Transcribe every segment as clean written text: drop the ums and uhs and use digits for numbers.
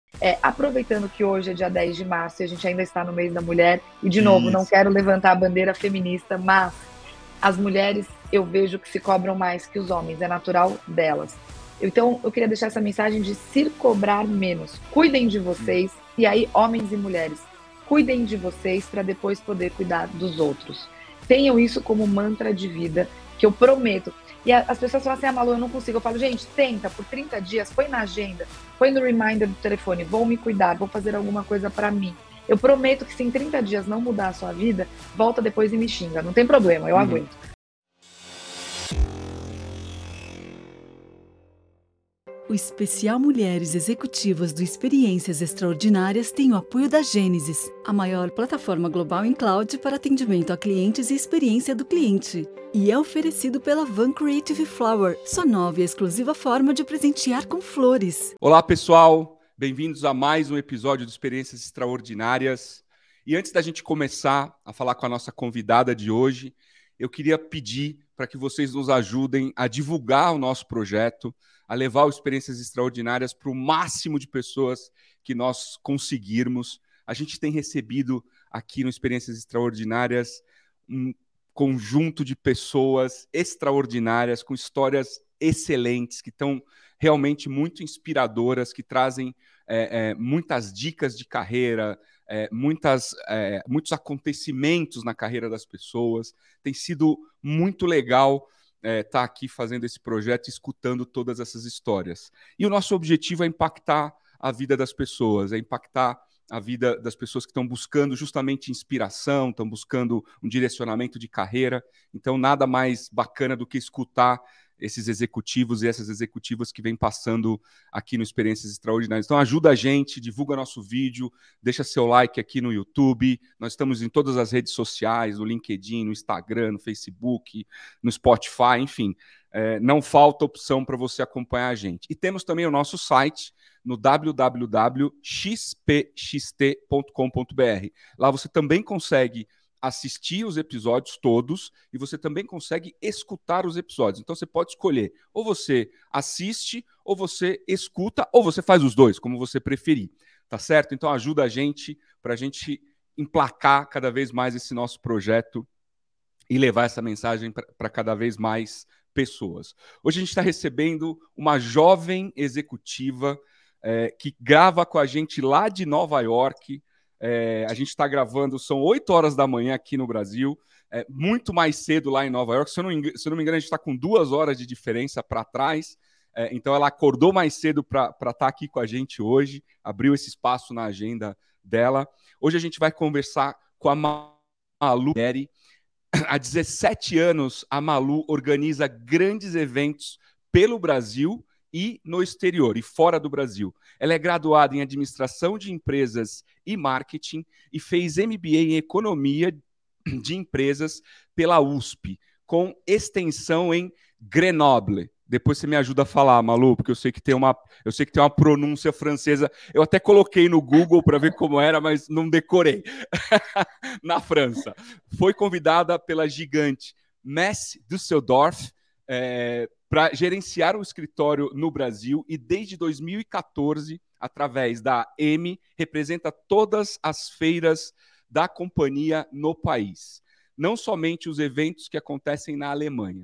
Aproveitando que hoje é dia 10 de março e a gente ainda está no mês da mulher, e de novo, não Isso. quero levantar a bandeira feminista, mas as mulheres eu vejo que se cobram mais que os homens, é natural delas. Então, eu queria deixar essa mensagem de se cobrar menos. Cuidem de vocês, e aí, homens e mulheres, cuidem de vocês para depois poder cuidar dos outros. Tenham isso como mantra de vida, que eu prometo. E as pessoas falam assim, Malu, eu não consigo. Eu falo, gente, tenta por 30 dias, põe na agenda, põe no reminder do telefone, vou me cuidar, vou fazer alguma coisa para mim. Eu prometo que se em 30 dias não mudar a sua vida, volta depois e me xinga. Não tem problema, eu aguento. O especial Mulheres Executivas do Experiências Extraordinárias tem o apoio da Gênesis, a maior plataforma global em cloud para atendimento a clientes e experiência do cliente. E é oferecido pela Van Creative Flower, sua nova e exclusiva forma de presentear com flores. Olá, pessoal. Bem-vindos a mais um episódio de Experiências Extraordinárias. E antes da gente começar a falar com a nossa convidada de hoje, eu queria pedir para que vocês nos ajudem a divulgar o nosso projeto, a levar o Experiências Extraordinárias para o máximo de pessoas que nós conseguirmos. A gente tem recebido aqui no Experiências Extraordinárias um conjunto de pessoas extraordinárias, com histórias excelentes, que estão realmente muito inspiradoras, que trazem muitas dicas de carreira, muitos acontecimentos na carreira das pessoas. Tem sido muito legal estar aqui fazendo esse projeto, escutando todas essas histórias. E o nosso objetivo é impactar a vida das pessoas, é impactar a vida das pessoas que estão buscando justamente inspiração, estão buscando um direcionamento de carreira. Então, nada mais bacana do que escutar esses executivos e essas executivas que vêm passando aqui no Experiências Extraordinárias. Então, ajuda a gente, divulga nosso vídeo, deixa seu like aqui no YouTube. Nós estamos em todas as redes sociais, no LinkedIn, no Instagram, no Facebook, no Spotify, enfim. Não falta opção para você acompanhar a gente. E temos também o nosso site no www.xpxt.com.br. Lá você também consegue assistir os episódios todos e você também consegue escutar os episódios. Então você pode escolher, ou você assiste, ou você escuta, ou você faz os dois, como você preferir, tá certo? Então ajuda a gente para a gente emplacar cada vez mais esse nosso projeto e levar essa mensagem para cada vez mais pessoas. Hoje a gente está recebendo uma jovem executiva que grava com a gente lá de Nova York. A gente está gravando, são 8 horas da manhã aqui no Brasil, muito mais cedo lá em Nova York. Se eu não me engano, a gente está com 2 horas de diferença para trás. Então ela acordou mais cedo para estar aqui com a gente hoje, abriu esse espaço na agenda dela. Hoje a gente vai conversar com a Malu Neri. Há 17 anos, a Malu organiza grandes eventos pelo Brasil e no exterior, e fora do Brasil. Ela é graduada em Administração de Empresas e Marketing e fez MBA em Economia de Empresas pela USP, com extensão em Grenoble. Depois você me ajuda a falar, Malu, porque eu sei que tem uma pronúncia francesa. Eu até coloquei no Google para ver como era, mas não decorei. Na França. Foi convidada pela gigante Messe Düsseldorf para gerenciar um escritório no Brasil e desde 2014, através da M, representa todas as feiras da companhia no país. Não somente os eventos que acontecem na Alemanha,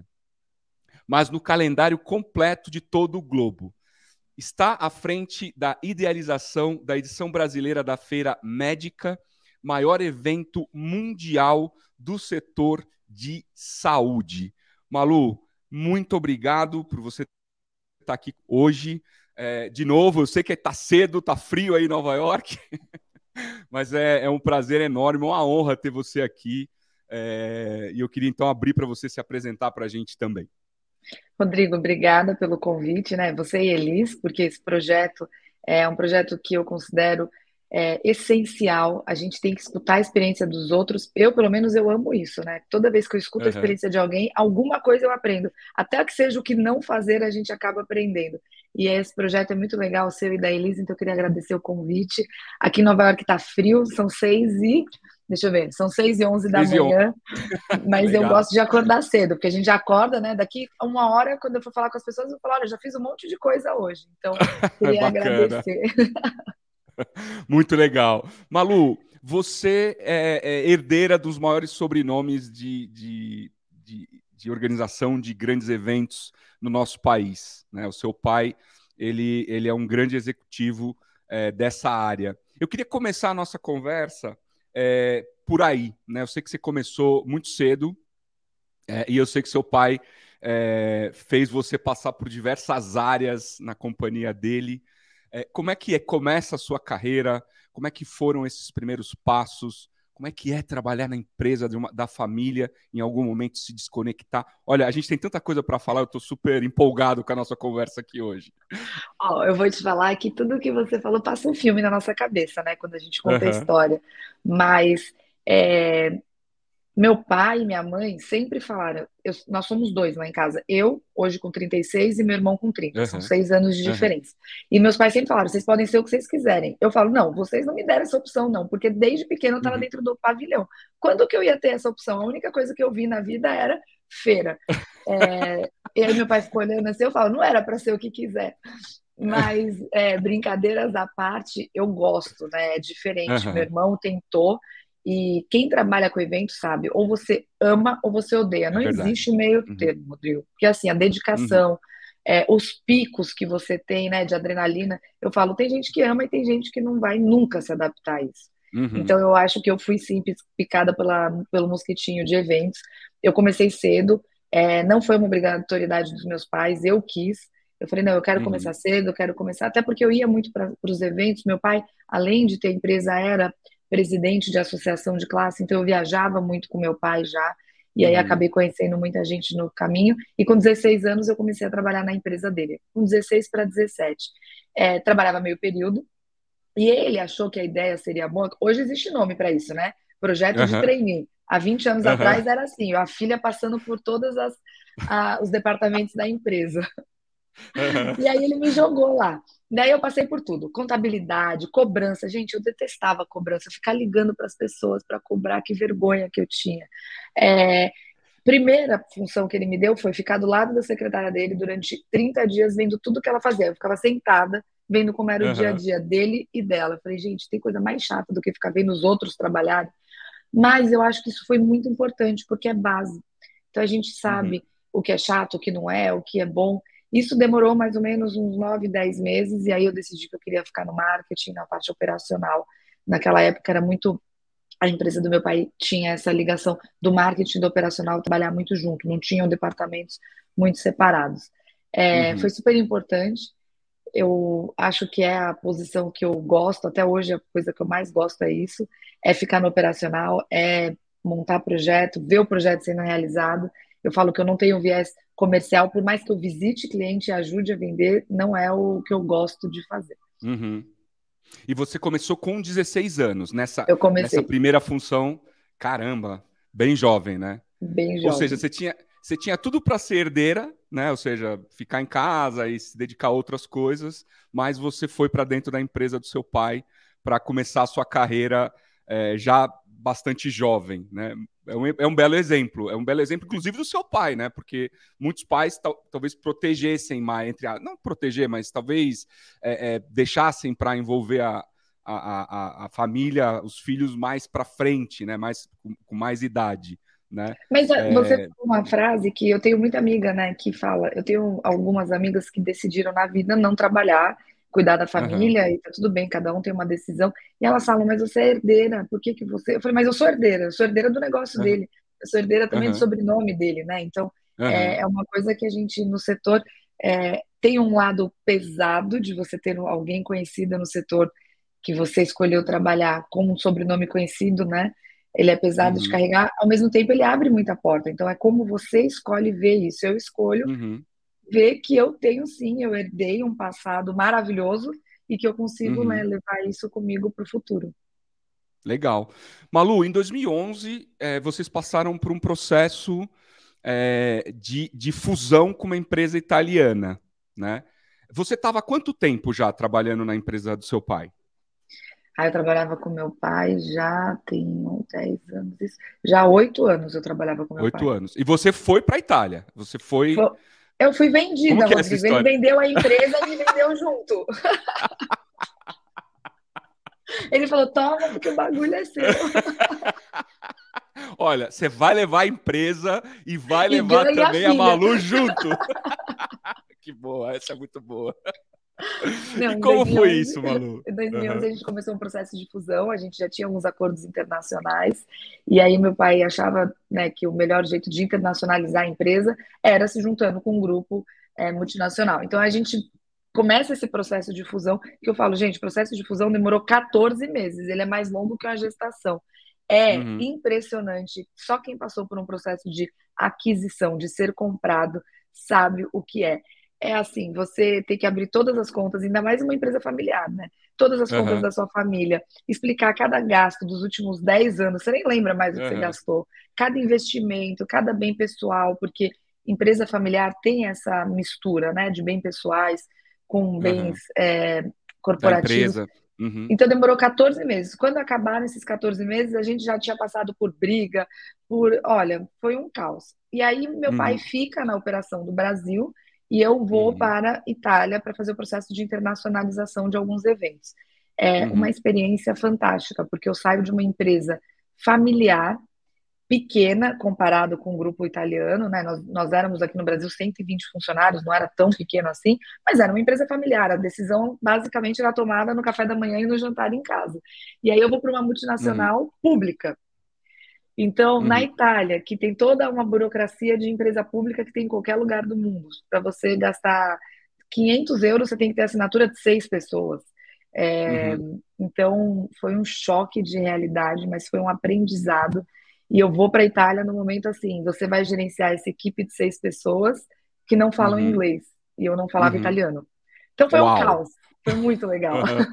mas no calendário completo de todo o globo. Está à frente da idealização da edição brasileira da Feira Médica, maior evento mundial do setor de saúde. Malu, muito obrigado por você estar aqui hoje. De novo, eu sei que está cedo, está frio aí em Nova York, mas é um prazer enorme, uma honra ter você aqui. E eu queria então abrir para você se apresentar para a gente também. Rodrigo, obrigada pelo convite, né? Você e Elis, porque esse projeto é um projeto que eu considero essencial. A gente tem que escutar a experiência dos outros. Eu, pelo menos, eu amo isso, né? Toda vez que eu escuto a experiência de alguém, alguma coisa eu aprendo. Até que seja o que não fazer, a gente acaba aprendendo. E esse projeto é muito legal, o seu e da Elis, então eu queria agradecer o convite. Aqui em Nova York tá frio, são 6h11 da manhã. Mas eu gosto de acordar cedo, porque a gente já acorda, né? Daqui a uma hora, quando eu for falar com as pessoas, eu vou falar, olha, eu já fiz um monte de coisa hoje. Então, queria agradecer. Muito legal. Malu, você é herdeira dos maiores sobrenomes de organização de grandes eventos no nosso país, né? O seu pai, ele é um grande executivo dessa área. Eu queria começar a nossa conversa por aí, né? Eu sei que você começou muito cedo, e eu sei que seu pai fez você passar por diversas áreas na companhia dele. Como é que começa a sua carreira? Como é que foram esses primeiros passos? Como é que é trabalhar na empresa da família, em algum momento se desconectar? Olha, a gente tem tanta coisa para falar, eu estou super empolgado com a nossa conversa aqui hoje. Ó, eu vou te falar que tudo que você falou passa um filme na nossa cabeça, né? Quando a gente conta a Aham, história. Mas é, meu pai e minha mãe sempre falaram, nós somos dois lá em casa, eu hoje com 36 e meu irmão com 30, são aham, 6 anos de aham. diferença. E meus pais sempre falaram, vocês podem ser o que vocês quiserem. Eu falo, não, vocês não me deram essa opção não, porque desde pequeno eu estava Uhum. dentro do pavilhão. Quando que eu ia ter essa opção? A única coisa que eu vi na vida era feira. E aí meu pai ficou olhando assim, eu falo, não era para ser o que quiser. Mas brincadeiras à parte, eu gosto, né? É diferente. Meu Aham, irmão tentou, e quem trabalha com evento sabe, ou você ama ou você odeia. é Não verdade. existe meio Uhum, termo, Rodrigo. Porque assim, a uhum, dedicação, os picos que você tem, né, de adrenalina, eu falo, tem gente que ama e tem gente que não vai nunca se adaptar a isso. uhum, Então eu acho que eu fui sim picada pelo mosquitinho de eventos. Eu comecei cedo, não foi uma obrigatoriedade dos meus pais, eu quis. Eu falei, não, eu quero começar uhum, cedo, eu quero começar, até porque eu ia muito para os eventos. Meu pai, além de ter empresa, era presidente de associação de classe, então eu viajava muito com meu pai já, e aí uhum, acabei conhecendo muita gente no caminho. E com 16 anos eu comecei a trabalhar na empresa dele, com 16 para 17. Trabalhava meio período, e ele achou que a ideia seria boa. Hoje existe nome para isso, né? Projeto de aham, trainee. Há 20 anos aham, atrás era assim, a filha passando por todos os departamentos da empresa. aham, E aí ele me jogou lá. Daí eu passei por tudo, contabilidade, cobrança. Gente, eu detestava cobrança, ficar ligando para as pessoas para cobrar, que vergonha que eu tinha. É, primeira função que ele me deu foi ficar do lado da secretária dele durante 30 dias vendo tudo que ela fazia. Eu ficava sentada vendo como era o dia a aham, dia dele e dela. Eu falei, gente, tem coisa mais chata do que ficar vendo os outros trabalharem. Mas eu acho que isso foi muito importante, porque é base. Então a gente uhum, sabe o que é chato, o que não é, o que é bom. Isso demorou mais ou menos uns 9, 10 meses, e aí eu decidi que eu queria ficar no marketing, na parte operacional. Naquela época era muito. A empresa do meu pai tinha essa ligação do marketing e do operacional trabalhar muito junto, não tinham departamentos muito separados. Foi uhum, super importante. Eu acho que é a posição que eu gosto, até hoje a coisa que eu mais gosto é isso, é ficar no operacional, é montar projeto, ver o projeto sendo realizado. Eu falo que eu não tenho viés comercial, por mais que eu visite cliente e ajude a vender, não é o que eu gosto de fazer. uhum. E você começou com 16 anos, Eu nessa comecei primeira função, caramba, bem jovem, né? bem Ou seja, jovem. você tinha tudo para ser herdeira, né? Ou seja, ficar em casa e se dedicar a outras coisas, mas você foi para dentro da empresa do seu pai para começar a sua carreira já bastante jovem, né? É um belo exemplo, inclusive do seu pai, né? Porque muitos pais talvez protegessem mais, não proteger, mas talvez deixassem para envolver a família, os filhos mais para frente, né? Mais com mais idade, né? Mas você É, falou uma frase que eu tenho muita amiga, né, que fala, eu tenho algumas amigas que decidiram na vida não trabalhar, cuidar da aham, família, e tá tudo bem, cada um tem uma decisão, e elas falam, mas você é herdeira, por que que você... Eu falei, mas eu sou herdeira do negócio aham, dele, eu sou herdeira também do aham, sobrenome dele, né, então aham, é uma coisa que a gente no setor tem um lado pesado de você ter alguém conhecido no setor que você escolheu trabalhar com um sobrenome conhecido, né? Ele é pesado de uhum, carregar, ao mesmo tempo ele abre muita porta. Então é como você escolhe ver isso. Eu escolho uhum, ver que eu tenho sim, eu herdei um passado maravilhoso e que eu consigo, né, uhum. levar isso comigo para o futuro. Legal. Malu, em 2011, vocês passaram por um processo de fusão com uma empresa italiana, né? Você estava há quanto tempo já trabalhando na empresa do seu pai? Aí eu trabalhava com meu pai já tem 10 anos, já há 8 anos eu trabalhava com meu pai. 8 anos. E você foi para a Itália. Você foi. Fo- Eu fui Como vendida, que é essa Rodrigo. Ele história? vendeu a empresa e me vendeu junto. Ele falou, toma, porque o bagulho é seu. Olha, você vai levar a empresa e vai E levar ganha a também a filha. Malu junto. Que boa, essa é muito boa. Não, E em como foi 2011, isso, Malu? em 2011 Aham. a gente começou um processo de fusão, a gente já tinha alguns acordos internacionais, e aí meu pai achava, né, que o melhor jeito de internacionalizar a empresa era se juntando com um grupo multinacional. Então a gente começa esse processo de fusão, que eu falo, gente, o processo de fusão demorou 14 meses, ele é mais longo que uma gestação. É Uhum. impressionante, só quem passou por um processo de aquisição, de ser comprado, sabe o que é. É assim, você tem que abrir todas as contas, ainda mais uma empresa familiar, né? Todas as contas Aham. da sua família, explicar cada gasto dos últimos 10 anos, você nem lembra mais o que você Aham. gastou, cada investimento, cada bem pessoal, porque empresa familiar tem essa mistura, né, de bem pessoais com bens Aham. Da corporativos. empresa. Uhum. Então demorou 14 meses. Quando acabaram esses 14 meses, a gente já tinha passado por briga, olha, foi um caos. E aí meu pai Uhum. fica na operação do Brasil e eu vou Uhum. para a Itália para fazer o processo de internacionalização de alguns eventos. É uma Uhum. experiência fantástica, porque eu saio de uma empresa familiar pequena comparado com o grupo italiano, né? Nós éramos aqui no Brasil 120 funcionários, não era tão pequeno assim, mas era uma empresa familiar. A decisão basicamente era tomada no café da manhã e no jantar em casa. E aí eu vou para uma Uhum. multinacional pública. Então, na Uhum. Itália, que tem toda uma burocracia de empresa pública que tem em qualquer lugar do mundo, para você gastar 500 euros, você tem que ter assinatura de 6 pessoas. É, Uhum. então, foi um choque de realidade, mas foi um aprendizado. E eu vou para a Itália no momento assim: você vai gerenciar essa equipe de 6 pessoas que não falam Uhum. inglês, e eu não falava Uhum. italiano. Então, foi um Uau! caos, foi muito legal. Aham.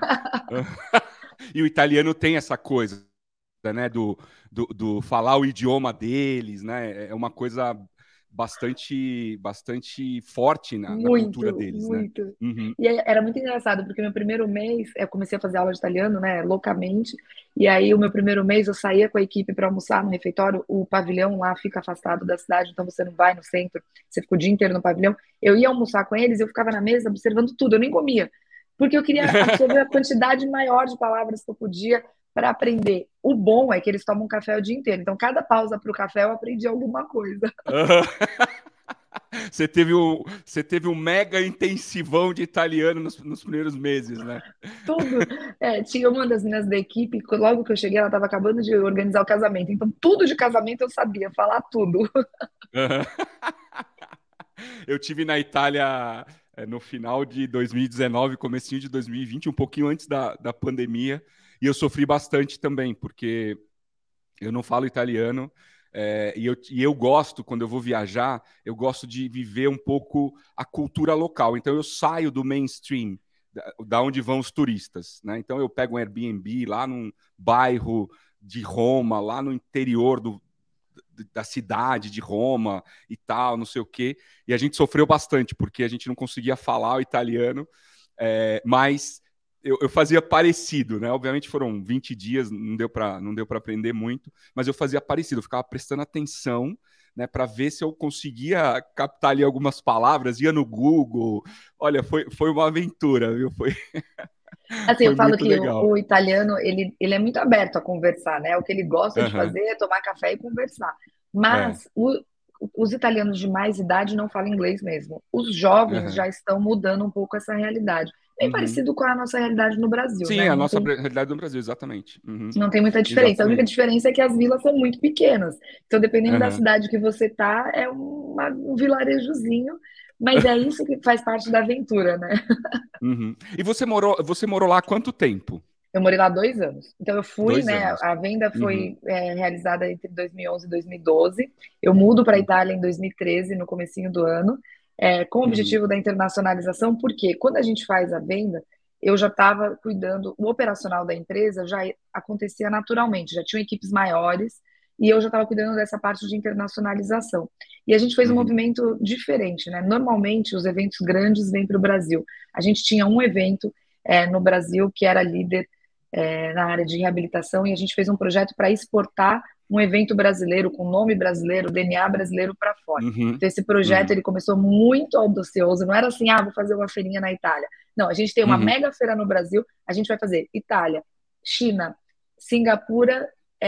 E o italiano tem essa coisa, né, do falar o idioma deles, né? É uma coisa bastante forte na cultura Muito, deles, né? muito. Uhum. E aí era muito engraçado, porque meu primeiro mês eu comecei a fazer aula de italiano, né, loucamente. E aí o meu primeiro mês eu saía com a equipe para almoçar no refeitório. O pavilhão lá fica afastado da cidade, então você não vai no centro, você fica o dia inteiro no pavilhão. Eu ia almoçar com eles, eu ficava na mesa observando tudo, eu nem comia, porque eu queria absorver a quantidade maior de palavras que eu podia para aprender. O bom é que eles tomam café o dia inteiro, então cada pausa para o café eu aprendi alguma coisa. Aham. Você teve um mega intensivão de italiano nos primeiros meses, né? Tudo. Tinha uma das meninas da equipe, logo que eu cheguei, ela estava acabando de organizar o casamento. Então, tudo de casamento eu sabia, falar tudo. Aham. Eu tive na Itália no final de 2019, comecinho de 2020, um pouquinho antes da pandemia, e eu sofri bastante também, porque eu não falo italiano, e eu gosto, quando eu vou viajar, eu gosto de viver um pouco a cultura local. Então eu saio do mainstream, da onde vão os turistas, né? Então eu pego um Airbnb lá num bairro de Roma, lá no interior da cidade de Roma e tal, não sei o quê. E a gente sofreu bastante, porque a gente não conseguia falar o italiano, mas eu fazia parecido, né? Obviamente foram 20 dias, não deu para aprender muito, mas eu fazia parecido, eu ficava prestando atenção, né, para ver se eu conseguia captar ali algumas palavras, ia no Google. Olha, foi uma aventura, viu? Foi, Assim, eu foi falo muito que legal. o italiano, ele é muito aberto a conversar, né? O que ele gosta de Aham. fazer é tomar café e conversar. É. Mas os italianos de mais idade não falam inglês mesmo. Os jovens Aham. já estão mudando um pouco essa realidade. Bem Uhum. parecido com a nossa realidade no Brasil, Sim, né? a Não nossa tem realidade do Brasil, exatamente. Uhum. Não tem muita diferença. A única Exatamente. diferença é que as vilas são muito pequenas. Então, dependendo da Aham. cidade que você tá, é um vilarejozinho, mas é isso que faz parte da aventura, né? Uhum. E você morou lá há quanto tempo? Eu morei lá 2 anos. Então, eu fui, 2 anos. né? A venda Uhum. foi realizada entre 2011 e 2012. Eu mudo para a Uhum. Itália em 2013, no comecinho do ano, com o Uhum. objetivo da internacionalização, porque quando a gente faz a venda, eu já estava cuidando, o operacional da empresa já acontecia naturalmente, já tinham equipes maiores, e eu já estava cuidando dessa parte de internacionalização. E a gente fez um Uhum. movimento diferente, né? Normalmente, os eventos grandes vêm para o Brasil. A gente tinha um evento no Brasil que era líder na área de reabilitação, e a gente fez um projeto para exportar um evento brasileiro com nome brasileiro, DNA brasileiro para fora. Uhum. Então esse projeto Uhum. ele começou muito audacioso, não era assim, vou fazer uma feirinha na Itália. Não, a gente tem uma Uhum. mega feira no Brasil, a gente vai fazer Itália, China, Singapura,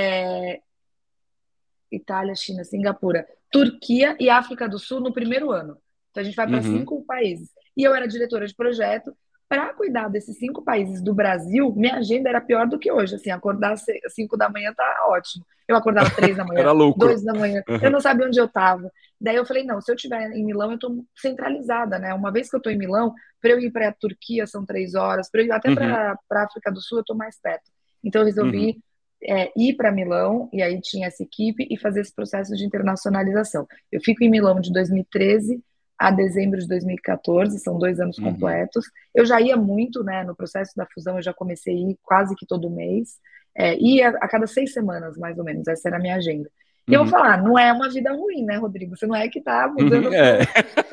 Itália, China, Singapura, Turquia e África do Sul no primeiro ano. Então a gente vai para Uhum. 5 países. E eu era diretora de projeto. Para cuidar desses 5 países do Brasil, minha agenda era pior do que hoje. Assim, acordar às 5 da manhã tá ótimo. Eu acordava 3 da manhã, Era lucro. 2 da manhã. Eu Uhum. não sabia onde eu estava. Daí eu falei, não, se eu estiver em Milão, eu estou centralizada, né? Uma vez que eu estou em Milão, para eu ir para a Turquia são 3 horas, para eu ir até Uhum. para a África do Sul, eu estou mais perto. Então eu Uhum. resolvi ir para Milão, e aí tinha essa equipe, e fazer esse processo de internacionalização. Eu fico em Milão de 2013 a dezembro de 2014, são 2 anos Uhum. completos. Eu já ia muito, né, no processo da fusão, eu já comecei a ir quase que todo mês, ia a cada 6 semanas, mais ou menos, essa era a minha agenda. E eu vou Uhum. falar, não é uma vida ruim, né, Rodrigo? Você não é que tá Uhum. mudando para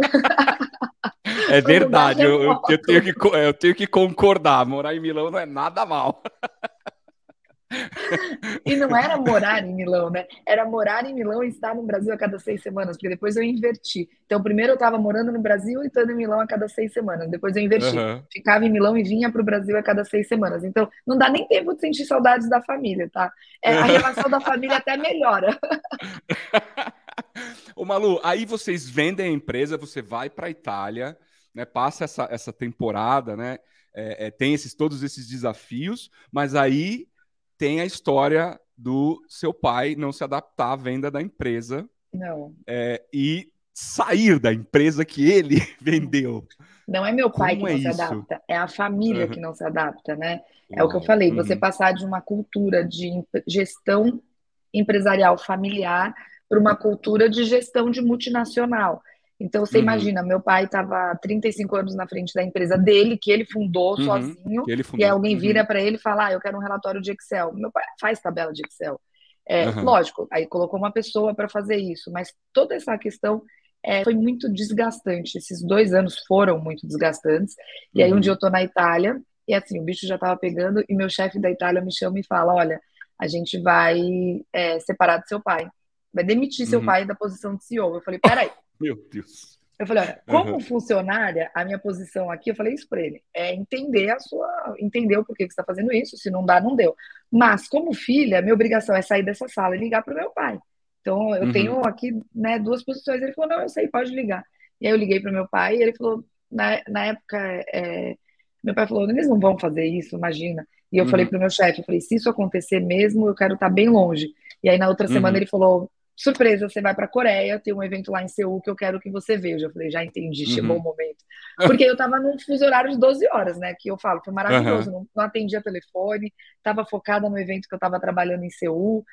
É um lugar verdade, remoto. eu tenho que concordar. Morar em Milão não é nada mal. E não era morar em Milão, né? Era morar em Milão e estar no Brasil a cada 6 semanas, porque depois eu inverti. Então, primeiro eu estava morando no Brasil e estando em Milão a cada 6 semanas. Depois eu inverti. Uhum. Ficava em Milão e vinha para o Brasil a cada 6 semanas. Então, não dá nem tempo de sentir saudades da família, tá? A relação da família até melhora. Ô Malu, aí vocês vendem a empresa, você vai para a Itália, né, passa essa temporada, né, tem todos esses desafios, mas aí tem a história do seu pai não se adaptar à venda da empresa Não. E sair da empresa que ele vendeu. Não é meu pai que Como é não se isso? adapta, é a família que Uhum. não se adapta, né? É o que eu Uau. falei, você Uhum. passar de uma cultura de gestão empresarial familiar para uma cultura de gestão de multinacional. Então, você Uhum. imagina, meu pai estava 35 anos na frente da empresa dele, que ele fundou Uhum. sozinho, Que ele e aí fundou. alguém Uhum. vira para ele e fala: eu quero um relatório de Excel. Meu pai faz tabela de Excel. Uhum. Lógico, aí colocou uma pessoa para fazer isso, mas toda essa questão foi muito desgastante. Esses 2 anos foram muito desgastantes. E aí um dia eu Uhum. estou na Itália, e assim, o bicho já estava pegando, e meu chefe da Itália me chama e fala: olha, a gente vai separar do seu pai, vai demitir seu Uhum. pai da posição de CEO. Eu falei, peraí. Meu Deus. Eu falei, olha, como Uhum. funcionária, a minha posição aqui, eu falei isso para ele, é entender o porquê que você está fazendo isso, se não dá, não deu. Mas, como filha, minha obrigação é sair dessa sala e ligar para o meu pai. Então, eu Uhum. tenho aqui, né, 2 posições. Ele falou, não, eu sei, pode ligar. E aí eu liguei para o meu pai e ele falou, na época, meu pai falou, eles não vão fazer isso, imagina. E eu falei Uhum. para o meu chefe, eu falei, se isso acontecer mesmo, eu quero estar bem longe. E aí na outra semana Uhum. ele falou, surpresa, você vai para a Coreia, tem um evento lá em Seul que eu quero que você veja. Eu falei, já entendi, chegou o Uhum. momento. Porque eu estava num fuso horário de 12 horas, né? Que eu falo, foi maravilhoso, Uhum. não atendia telefone, estava focada no evento que eu estava trabalhando em Seul.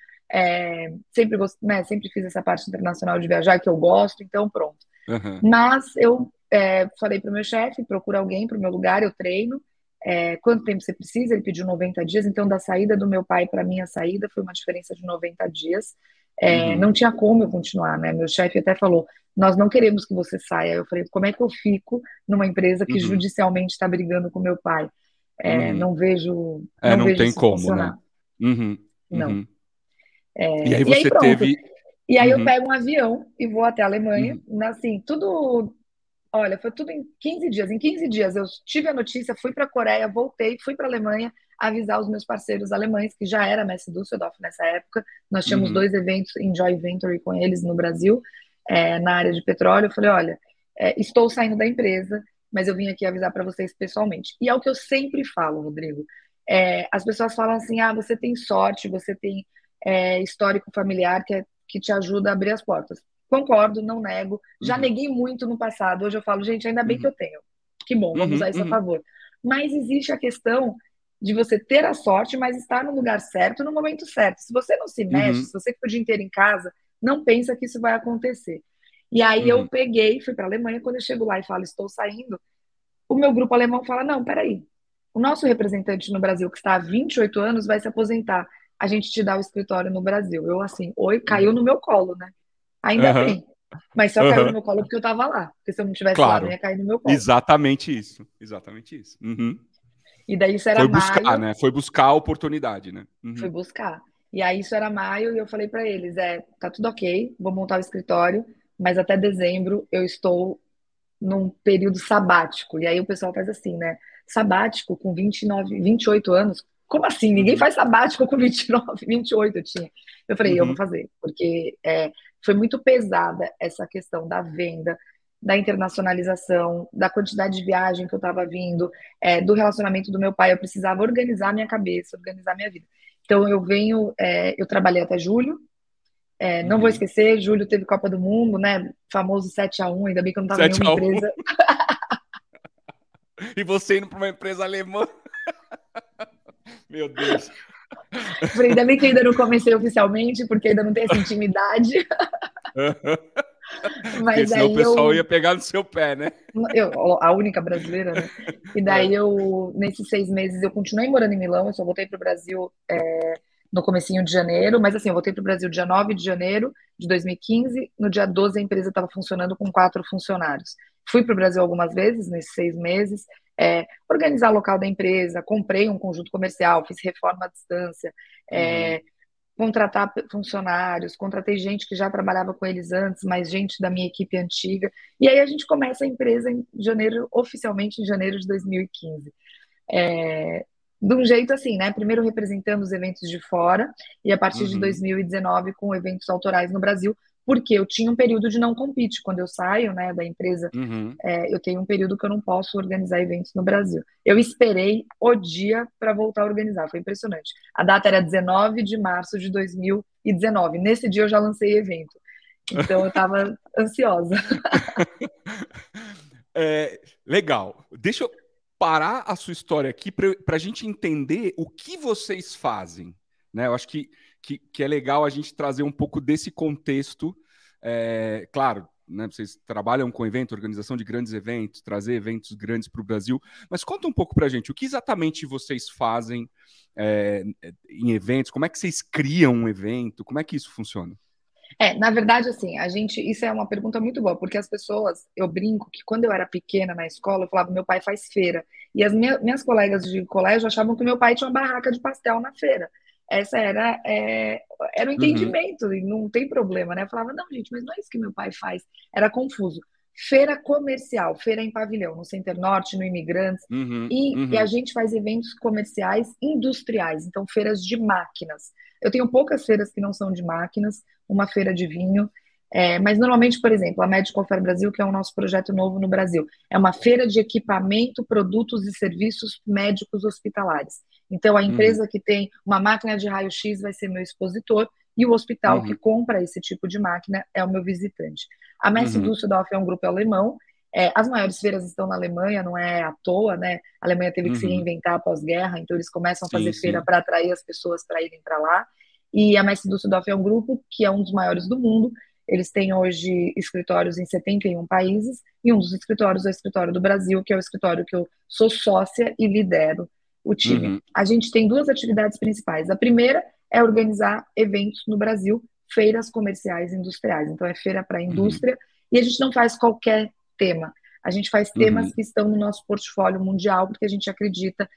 Sempre fiz essa parte internacional de viajar que eu gosto, então pronto. Uhum. Mas eu falei para o meu chefe, procura alguém para o meu lugar, eu treino. Quanto tempo você precisa? Ele pediu 90 dias, então da saída do meu pai para a minha saída foi uma diferença de 90 dias. Uhum. Não tinha como eu continuar, né? Meu chefe até falou, nós não queremos que você saia. Eu falei, como é que eu fico numa empresa que Uhum. judicialmente está brigando com meu pai? Uhum. Não Não vejo tem isso como, né? funcionar. Uhum. Não. Uhum. E aí E aí você pronto. teve. E aí eu Uhum. pego um avião e vou até a Alemanha, Uhum. assim, tudo. Olha, foi tudo em 15 dias. Em 15 dias eu tive a notícia, fui para a Coreia, voltei, fui para a Alemanha avisar os meus parceiros alemães, que já era Messi Düsseldorf nessa época. Nós tínhamos Uhum. 2 eventos em joint venture com eles no Brasil, na área de petróleo. Eu falei, olha, estou saindo da empresa, mas eu vim aqui avisar para vocês pessoalmente. E é o que eu sempre falo, Rodrigo. As pessoas falam assim, ah, você tem sorte, você tem histórico familiar que te ajuda a abrir as portas. Concordo, não nego. Já Uhum. neguei muito no passado. Hoje eu falo, gente, ainda bem que Uhum. eu tenho. Que bom, vamos Uhum. usar isso a Uhum. favor. Mas existe a questão de você ter a sorte, mas estar no lugar certo, no momento certo. Se você não se mexe, Uhum. se você fica o dia inteiro em casa, não pensa que isso vai acontecer. E aí eu Uhum. peguei, fui para a Alemanha. Quando eu chego lá e falo, estou saindo, o meu grupo alemão fala, não, peraí. O nosso representante no Brasil, que está há 28 anos, vai se aposentar. A gente te dá o escritório no Brasil. Eu, assim, oi, caiu Uhum. no meu colo, né? Ainda Aham. bem. Mas só caiu no Aham. meu colo porque eu tava lá. Porque se eu não estivesse lá, não Claro. ia cair no meu colo. Exatamente isso. Exatamente isso. Uhum. E daí isso era Foi buscar, maio, né? Foi buscar a oportunidade, né? fui Uhum. buscar. E aí isso era maio e eu falei para eles, tá tudo ok, vou montar o escritório, mas até dezembro eu estou num período sabático. E aí o pessoal faz assim, né? Sabático com 29, 28 anos, Como assim? Ninguém faz sabático com 29, 28 eu tinha. Eu falei, eu vou Uhum. fazer, porque foi muito pesada essa questão da venda, da internacionalização, da quantidade de viagem que eu estava vindo, do relacionamento do meu pai. Eu precisava organizar minha cabeça, organizar minha vida. Então eu trabalhei até julho. Não vou Uhum. esquecer, julho teve Copa do Mundo, né? Famoso 7-1, ainda bem que eu não estava em nenhuma 7-1. empresa. E você indo para uma empresa alemã. Meu Deus. Falei, ainda bem que ainda não comecei oficialmente, porque ainda não tem essa intimidade. Porque Mas senão o aí pessoal ia pegar no seu pé, né? a única brasileira, né? E daí nesses 6 meses, eu continuei morando em Milão, eu só voltei para o Brasil no comecinho de janeiro, mas assim, eu voltei para o Brasil dia 9 de janeiro de 2015, no dia 12 a empresa estava funcionando com 4 funcionários. Fui para o Brasil algumas vezes nesses 6 meses, organizar o local da empresa, comprei um conjunto comercial, fiz reforma à distância, Uhum. contratar funcionários, contratei gente que já trabalhava com eles antes, mas gente da minha equipe antiga. E aí a gente começa a empresa em janeiro, oficialmente em janeiro de 2015. De um jeito assim, né? Primeiro representando os eventos de fora e a partir de Uhum. 2019 com eventos autorais no Brasil, porque eu tinha um período de não compete. Quando eu saio, né, da empresa, Uhum. eu tenho um período que eu não posso organizar eventos no Brasil. Eu esperei o dia para voltar a organizar, foi impressionante. A data era 19 de março de 2019. Nesse dia eu já lancei evento. Então eu estava ansiosa. Legal. Deixa eu parar a sua história aqui para a gente entender o que vocês fazem. Né? Eu acho que é legal a gente trazer um pouco desse contexto. Claro, né, vocês trabalham com evento, organização de grandes eventos, trazer eventos grandes para o Brasil, mas conta um pouco para a gente, o que exatamente vocês fazem em eventos, como é que vocês criam um evento, como é que isso funciona? Na verdade, assim, isso é uma pergunta muito boa, porque as pessoas, eu brinco que quando eu era pequena na escola, eu falava, meu pai faz feira. E as minhas colegas de colégio achavam que meu pai tinha uma barraca de pastel na feira. Essa era o Uhum, entendimento, e não tem problema, né? Eu falava, não, gente, mas não é isso que meu pai faz. Era confuso. Feira comercial, feira em pavilhão, no Center Norte, no Imigrantes. uhum, E a uhum, gente faz eventos comerciais industriais, então feiras de máquinas. Eu tenho poucas feiras que não são de máquinas, uma feira de vinho. Mas normalmente, por exemplo, a Medical Fair Brasil, que é o nosso projeto novo no Brasil, é uma feira de equipamento, produtos e serviços médicos hospitalares. Então, a uhum, empresa que tem uma máquina de raio-x vai ser meu expositor e o hospital que uhum, compra esse tipo de máquina é o meu visitante. A Messe uhum, Düsseldorf é um grupo alemão. As maiores feiras estão na Alemanha, não é à toa, né? A Alemanha teve que se uhum. reinventar após-guerra, então eles começam a fazer Sim, feira sim. para atrair as pessoas para irem para lá. E a Mestre Düsseldorf é um grupo que é um dos maiores do mundo. Eles têm hoje escritórios em 71 países e um dos escritórios é o escritório do Brasil, que é o escritório que eu sou sócia e lidero o time. Uhum, A gente tem duas atividades principais. A primeira é organizar eventos no Brasil, feiras comerciais e industriais. Então é feira para a uhum, indústria e a gente não faz qualquer tema. A gente faz temas uhum. que estão no nosso portfólio mundial porque a gente acredita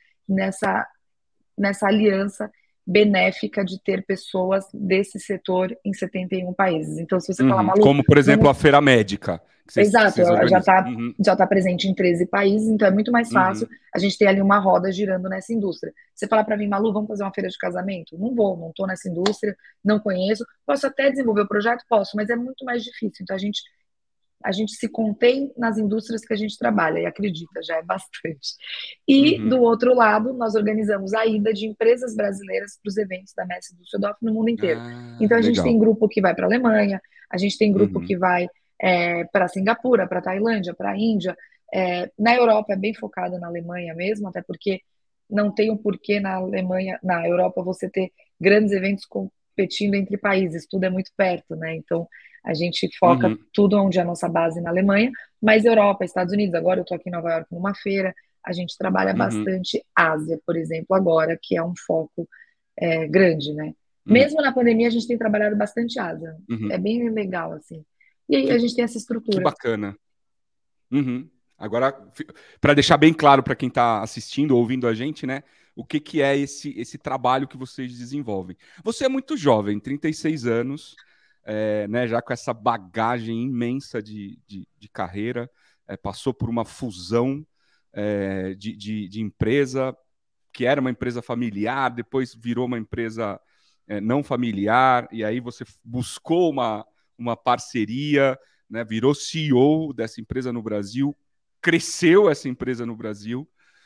nessa aliança benéfica de ter pessoas desse setor em 71 países. Então, se você falar, Uhum. Malu, Como, por exemplo, vamos. a Feira Médica, que Exato, vocês ela já organizam. está Uhum, já tá presente em 13 países, então é muito mais fácil uhum, a gente ter ali uma roda girando nessa indústria. Você falar para mim, Malu, vamos fazer uma feira de casamento? Não vou, não estou nessa indústria, não conheço. Posso até desenvolver o projeto? Posso, mas é muito mais difícil. Então a gente se contém nas indústrias que a gente trabalha e acredita, já é bastante. E, uhum. do outro lado, nós organizamos a ida de empresas brasileiras para os eventos da Mestre Düsseldorf no mundo inteiro. Ah, Então, a gente legal. tem grupo que vai para a Alemanha, a gente tem grupo Uhum, que vai para Singapura, para Tailândia, para a Índia. Na Europa é bem focado na Alemanha mesmo, até porque não tem um porquê na Alemanha, na Europa, você ter grandes eventos competindo entre países, tudo é muito perto, né? Então, a gente foca uhum, tudo onde é a nossa base na Alemanha, mas Europa, Estados Unidos, agora eu estou aqui em Nova York numa feira, a gente trabalha uhum, bastante Ásia, por exemplo, agora, que é um foco grande, né? uhum, Mesmo na pandemia, a gente tem trabalhado bastante Ásia. uhum. É bem legal, assim. E aí a Que, gente tem essa que estrutura. bacana. Uhum. Agora, para deixar bem claro para quem está assistindo ou ouvindo a gente, né? O que é esse trabalho que vocês desenvolvem? Você é muito jovem, 36 anos, né, já com essa bagagem imensa de carreira, passou por uma fusão de empresa, que era uma empresa familiar, depois virou uma empresa não familiar, e aí você buscou uma parceria, né, virou CEO dessa empresa no Brasil, cresceu essa empresa no Brasil.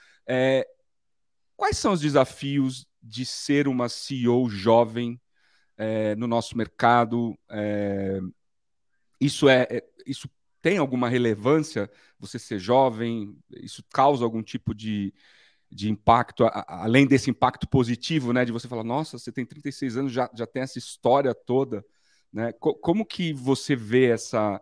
Quais são os desafios de ser uma CEO jovem no nosso mercado? Isso tem alguma relevância, você ser jovem? Isso causa algum tipo de impacto, além desse impacto positivo, né? De você falar, nossa, você tem 36 anos, já tem essa história toda, né? Como que você vê essa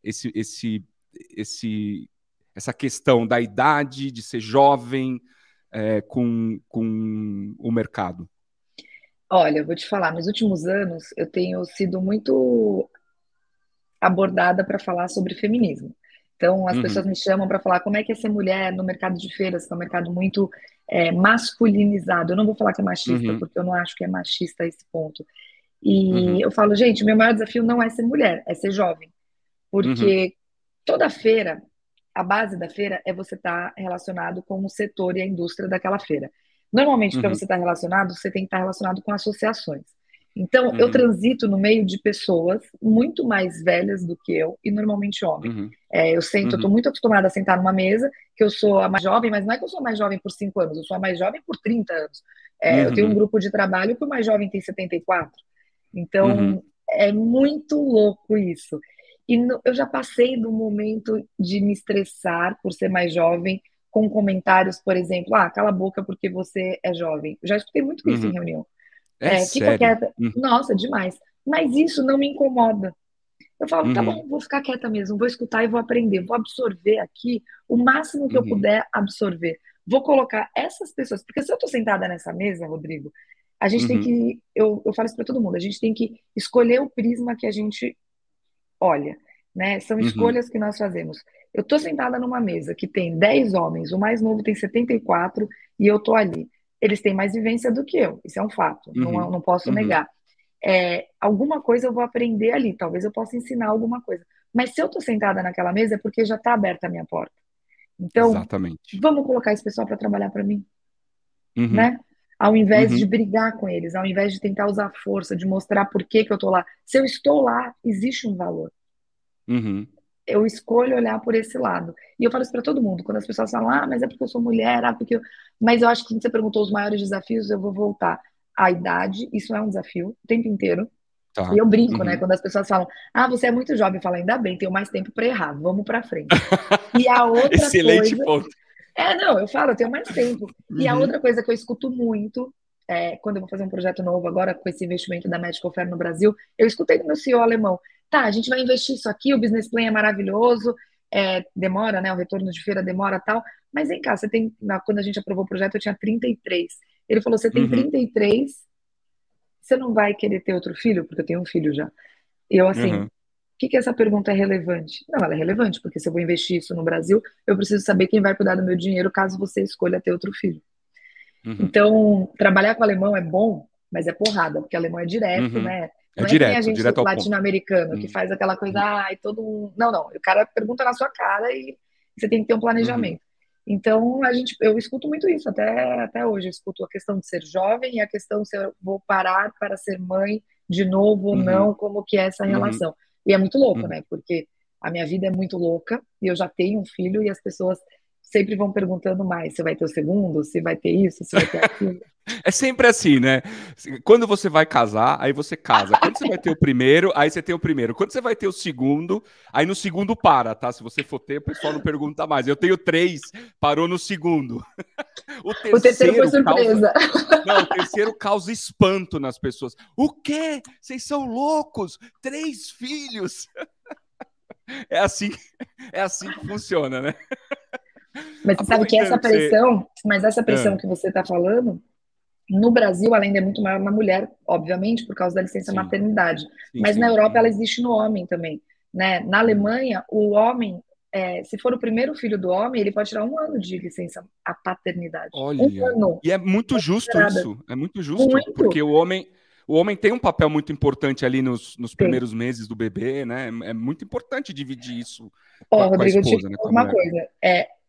questão da idade, de ser jovem com o mercado? Olha, eu vou te falar, nos últimos anos eu tenho sido muito abordada para falar sobre feminismo. Então, as pessoas me chamam para falar como é que é ser mulher no mercado de feiras, que é um mercado muito masculinizado. Eu não vou falar que é machista, porque eu não acho que é machista a esse ponto. E eu falo, gente, meu maior desafio não é ser mulher, é ser jovem. Porque toda feira, a base da feira é você estar relacionado com o setor e a indústria daquela feira. Normalmente, para você estar relacionado, você tem que estar relacionado com associações. Então, eu transito no meio de pessoas muito mais velhas do que eu e normalmente homem. Eu estou muito acostumada a sentar numa mesa, que eu sou a mais jovem, mas não é que eu sou a mais jovem por 5 anos, eu sou a mais jovem por 30 anos. Eu tenho um grupo de trabalho que o mais jovem tem 74. Então, é muito louco isso. E eu já passei do momento de me estressar por ser mais jovem, com comentários, por exemplo, cala a boca porque você é jovem. Eu já escutei muito isso em reunião. Fica Sério? quieta. Nossa, demais. Mas isso não me incomoda. Eu falo, tá bom, vou ficar quieta mesmo, vou escutar e vou aprender, vou absorver aqui o máximo que eu puder absorver. Vou colocar essas pessoas, porque se eu tô sentada nessa mesa, Rodrigo, a gente tem que, eu falo isso para todo mundo, a gente tem que escolher o prisma que a gente olha, né? São escolhas que nós fazemos. Eu tô sentada numa mesa que tem 10 homens, o mais novo tem 74 e eu tô ali. Eles têm mais vivência do que eu, isso é um fato, não posso negar. Alguma coisa eu vou aprender ali, talvez eu possa ensinar alguma coisa. Mas se eu tô sentada naquela mesa é porque já tá aberta a minha porta. Então, Exatamente. vamos colocar esse pessoal para trabalhar para mim, né? Ao invés de brigar com eles, ao invés de tentar usar força, de mostrar por que eu tô lá. Se eu estou lá, existe um valor. Eu escolho olhar por esse lado. E eu falo isso para todo mundo. Quando as pessoas falam, mas é porque eu sou mulher, porque eu... Mas eu acho que quando você perguntou os maiores desafios, eu vou voltar. A idade, isso é um desafio o tempo inteiro. Tá. E eu brinco, né? Quando as pessoas falam, você é muito jovem, eu falo, ainda bem, tenho mais tempo para errar, vamos para frente. E a outra Excelente coisa... ponto. Não, eu falo, eu tenho mais tempo. E a outra coisa que eu escuto muito, quando eu vou fazer um projeto novo agora, com esse investimento da Medical Fair no Brasil, eu escutei do meu CEO alemão, tá, a gente vai investir isso aqui, o business plan é maravilhoso, demora, né, o retorno de feira demora tal, mas vem cá, quando a gente aprovou o projeto eu tinha 33. Ele falou, você tem 33, você não vai querer ter outro filho? Porque eu tenho um filho já. E eu assim, por que essa pergunta é relevante? Não, ela é relevante, porque se eu vou investir isso no Brasil, eu preciso saber quem vai cuidar do meu dinheiro caso você escolha ter outro filho. Então, trabalhar com alemão é bom, mas é porrada, porque alemão é direto, né? Não é que nem a gente direto ao latino-americano, que faz aquela coisa, todo mundo... Não, o cara pergunta na sua cara e você tem que ter um planejamento. Então, eu escuto muito isso, até hoje. Eu escuto a questão de ser jovem e a questão se eu vou parar para ser mãe de novo ou não, como que é essa relação. E é muito louco, né? Porque a minha vida é muito louca e eu já tenho um filho e as pessoas sempre vão perguntando mais, se vai ter o segundo, se vai ter isso, se vai ter aquilo. É sempre assim, né? Quando você vai casar, aí você casa. Quando você vai ter o primeiro, aí você tem o primeiro. Quando você vai ter o segundo, aí no segundo para, tá? Se você for ter, o pessoal não pergunta mais. Eu tenho 3, parou no segundo. O terceiro foi surpresa. Não, o terceiro causa espanto nas pessoas. O quê? Vocês são loucos? 3 filhos? É assim que funciona, né? Mas você sabe que essa pressão que você está falando, no Brasil ela ainda é muito maior na mulher, obviamente, por causa da licença maternidade. Mas na Europa ela existe no homem também, né? Na Alemanha, o homem, se for o primeiro filho do homem, ele pode tirar 1 ano de licença a paternidade. Olha, 1 ano. e é muito justo isso. É muito justo, Muito. porque o homem tem um papel muito importante ali nos primeiros meses do bebê, né? É muito importante dividir isso com a Rodrigo, esposa, eu te né? digo uma coisa.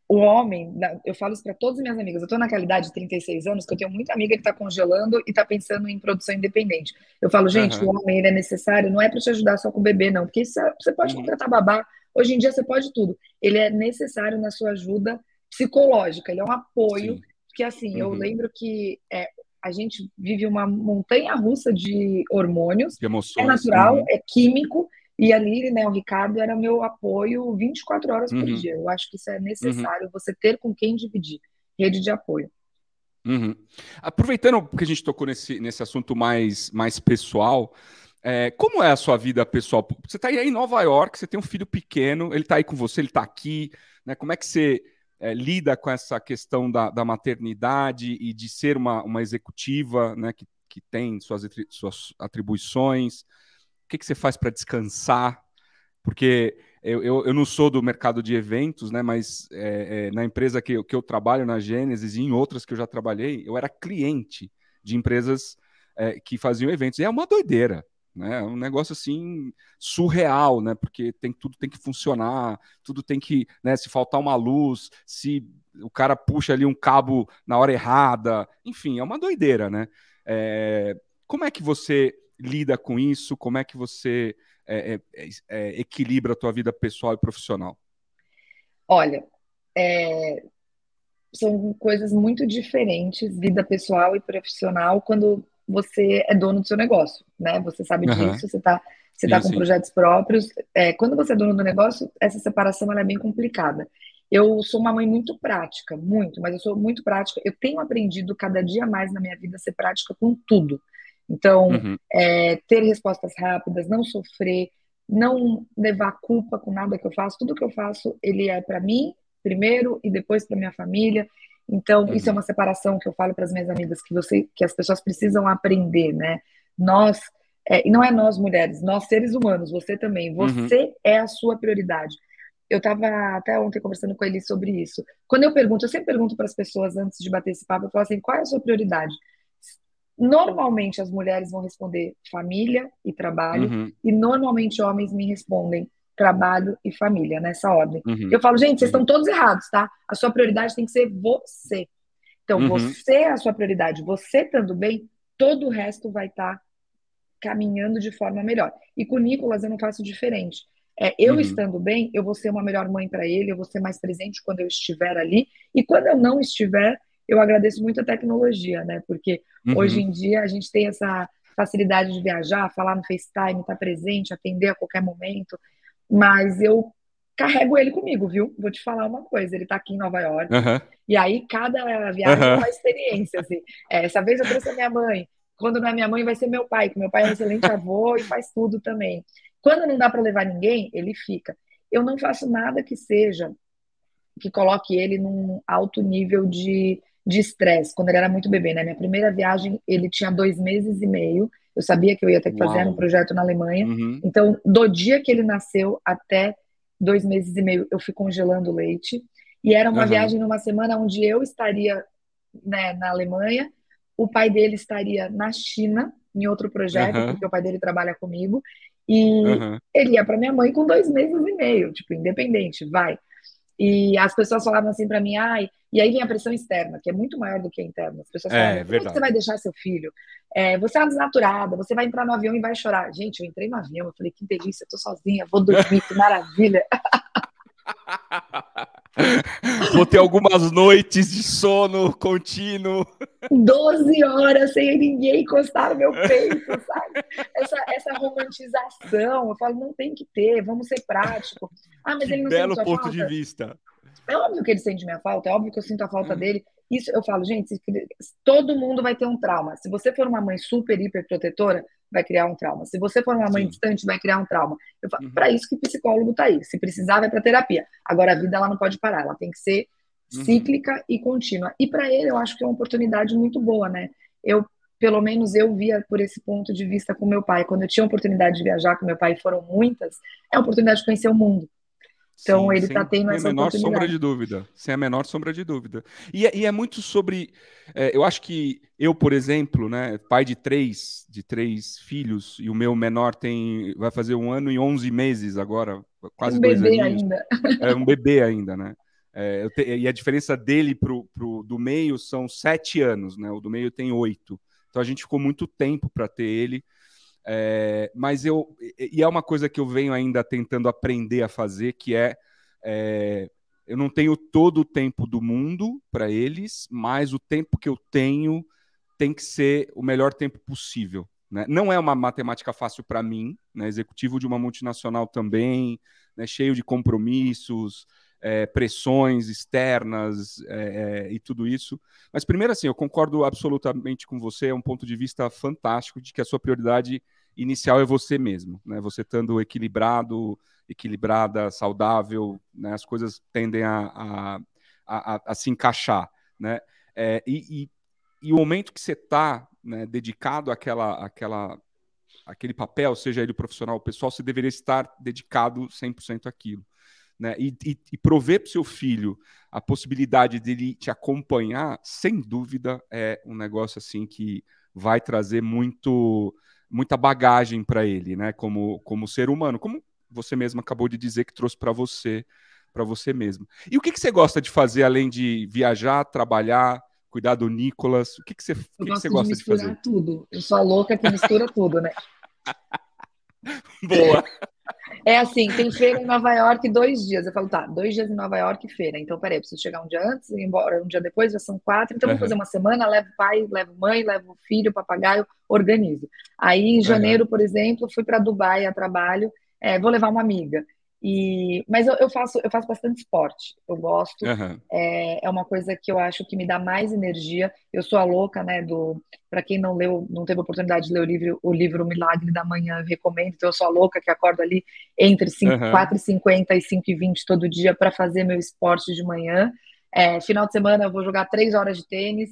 o homem, eu falo isso para todas as minhas amigas, eu tô naquela idade de 36 anos que eu tenho muita amiga que tá congelando e tá pensando em produção independente. Eu falo, gente, o Aham. homem, ele é necessário, não é para te ajudar só com o bebê, não, porque você pode Uhum. contratar babá, hoje em dia você pode tudo. Ele é necessário na sua ajuda psicológica, ele é um apoio, Sim. porque assim, eu Uhum. lembro que a gente vive uma montanha-russa de hormônios, De é emoções. natural, Uhum. é químico, e ali, né, o Ricardo era meu apoio 24 horas por Uhum. dia. Eu acho que isso é Uhum. necessário, você ter com quem dividir. Rede de apoio. Uhum. Aproveitando que a gente tocou nesse assunto mais pessoal, como é a sua vida pessoal? Você está aí em Nova York, você tem um filho pequeno, ele está aí com você, ele está aqui, né? Como é que você lida com essa questão da maternidade e de ser uma executiva, né, que tem suas atribuições? O que você faz para descansar? Porque eu não sou do mercado de eventos, né? Mas na empresa que eu trabalho, na Gênesis, e em outras que eu já trabalhei, eu era cliente de empresas que faziam eventos. E é uma doideira, né? É um negócio assim surreal, né? Porque tudo tem que funcionar, tudo tem que, né? Se faltar uma luz, se o cara puxa ali um cabo na hora errada, enfim, é uma doideira, né? Como é que você lida com isso? Como é que você equilibra a tua vida pessoal e profissional? Olha, são coisas muito diferentes, vida pessoal e profissional, quando você é dono do seu negócio, né? Você sabe Aham. disso, você tá Sim, com sim. projetos próprios. Quando você é dono do negócio, essa separação ela é bem complicada. Eu sou uma mãe muito prática, muito, mas eu sou muito prática. Eu tenho aprendido cada dia mais na minha vida a ser prática com tudo. Então, Uhum. ter respostas rápidas, não sofrer, não levar culpa com nada que eu faço. Tudo que eu faço, ele é para mim primeiro e depois para minha família. Então, isso é Uhum. uma separação que eu falo para as minhas amigas que as pessoas precisam aprender, né? Nós, e não é nós mulheres, nós seres humanos, você também, Uhum. você é a sua prioridade. Eu estava até ontem conversando com ele sobre isso. Quando eu sempre pergunto para as pessoas antes de bater esse papo, eu falo assim, qual é a sua prioridade? Normalmente as mulheres vão responder família e trabalho, Uhum. e normalmente homens me respondem trabalho e família, nessa ordem. Uhum. Eu falo, gente, vocês Uhum. estão todos errados, tá? A sua prioridade tem que ser você. Então, Uhum. você é a sua prioridade. Você estando bem, todo o resto vai estar caminhando de forma melhor. E com o Nicolas eu não faço diferente. Eu Uhum. estando bem, eu vou ser uma melhor mãe para ele, eu vou ser mais presente quando eu estiver ali. E quando eu não estiver, eu agradeço muito a tecnologia, né? Porque hoje Uhum. em dia a gente tem essa facilidade de viajar, falar no FaceTime, estar presente, atender a qualquer momento. Mas eu carrego ele comigo, viu? Vou te falar uma coisa, ele está aqui em Nova York, Aham. e aí cada viagem é Aham. uma experiência, assim. Essa vez eu trouxe a minha mãe, quando não é minha mãe, vai ser meu pai, que meu pai é um excelente avô e faz tudo também. Quando não dá para levar ninguém, ele fica. Eu não faço nada que seja que coloque ele num alto nível de estresse, quando ele era muito bebê, né? Minha primeira viagem, ele tinha 2 meses e meio. Eu sabia que eu ia ter que fazer um Uau. projeto na Alemanha. Uhum. Então, do dia que ele nasceu até 2 meses e meio, eu fui congelando o leite. E era uma Aham. viagem numa semana onde eu estaria, né, na Alemanha, o pai dele estaria na China, em outro projeto, porque Aham. o pai dele trabalha comigo, e Aham. ele ia para minha mãe com 2 meses e meio, tipo, independente, vai. E as pessoas falavam assim para mim, ai, e aí vem a pressão externa, que é muito maior do que a interna. As pessoas falavam, É como é que você vai verdade. deixar seu filho? Você é uma desnaturada, você vai entrar no avião e vai chorar. Gente, eu entrei no avião, eu falei, que delícia, eu tô sozinha, vou dormir, que maravilha. Vou ter algumas noites de sono contínuo. 12 horas sem ninguém encostar no meu peito, sabe? Essa romantização, eu falo, não tem que ter, vamos ser prático. Ah, mas Que ele não sente belo sua ponto de falta? vista. É óbvio que ele sente minha falta, é óbvio que eu sinto a falta dele. Isso eu falo, gente, todo mundo vai ter um trauma. Se você for uma mãe super, hiper protetora, vai criar um trauma. Se você for uma mãe Sim. distante, vai criar um trauma. Eu falo, Uhum. para isso que o psicólogo tá aí. Se precisar, vai para terapia. Agora, a vida ela não pode parar, ela tem que ser Uhum. cíclica e contínua. E para ele, eu acho que é uma oportunidade muito boa, né? Eu, pelo menos, eu via por esse ponto de vista com meu pai. Quando eu tinha a oportunidade de viajar com meu pai, foram muitas, é a oportunidade de conhecer o mundo. Então, Sim, ele está sem tendo a essa menor sombra oportunidade. de dúvida. Sem a menor sombra de dúvida. E é muito sobre. Eu acho que eu, por exemplo, né, pai de três filhos, e o meu menor vai fazer 1 ano e 11 meses agora, É quase um dois bebê aninhos. ainda. É um bebê ainda, né? E a diferença dele do meio são 7 anos, né? O do meio tem 8. Então a gente ficou muito tempo para ter ele. Mas e é uma coisa que eu venho ainda tentando aprender a fazer, que eu não tenho todo o tempo do mundo para eles, mas o tempo que eu tenho tem que ser o melhor tempo possível, né? Não é uma matemática fácil para mim, né? Executivo de uma multinacional também, né? Cheio de compromissos, pressões externas e tudo isso. Mas primeiro, assim, eu concordo absolutamente com você, é um ponto de vista fantástico de que a sua prioridade inicial é você mesmo, né? Você estando equilibrada, saudável, né? As coisas tendem a se encaixar, né? E o momento que você está, né, dedicado àquele papel, seja ele profissional ou pessoal, você deveria estar dedicado 100% àquilo. Né? E prover para o seu filho a possibilidade dele te acompanhar, sem dúvida, é um negócio assim que vai trazer muita bagagem para ele, né? Como ser humano, como você mesmo acabou de dizer que trouxe para você mesmo. E o que você gosta de fazer além de viajar, trabalhar, cuidar do Nicolas? O que Eu você gosto de gosta de fazer? misturar tudo. Eu sou a louca que mistura tudo, né? Boa! É assim, tem feira em Nova York 2 dias. Eu falo, tá, 2 dias em Nova York, feira. Então, peraí, eu preciso chegar um dia antes, ir embora um dia depois, já são 4. Então, vamos fazer uma semana, levo pai, levo mãe, levo filho, papagaio, organizo. Aí, em janeiro, por exemplo, fui para Dubai a trabalho, vou levar uma amiga. Mas eu faço bastante esporte. Eu gosto. É uma coisa que eu acho que me dá mais energia. Eu sou a louca, né, para quem não leu, não teve oportunidade de ler o livro Milagre da Manhã, eu recomendo. Então, eu sou a louca que acordo ali entre 4h50 e 5h20 todo dia para fazer meu esporte de manhã. Final de semana eu vou jogar 3 horas de tênis.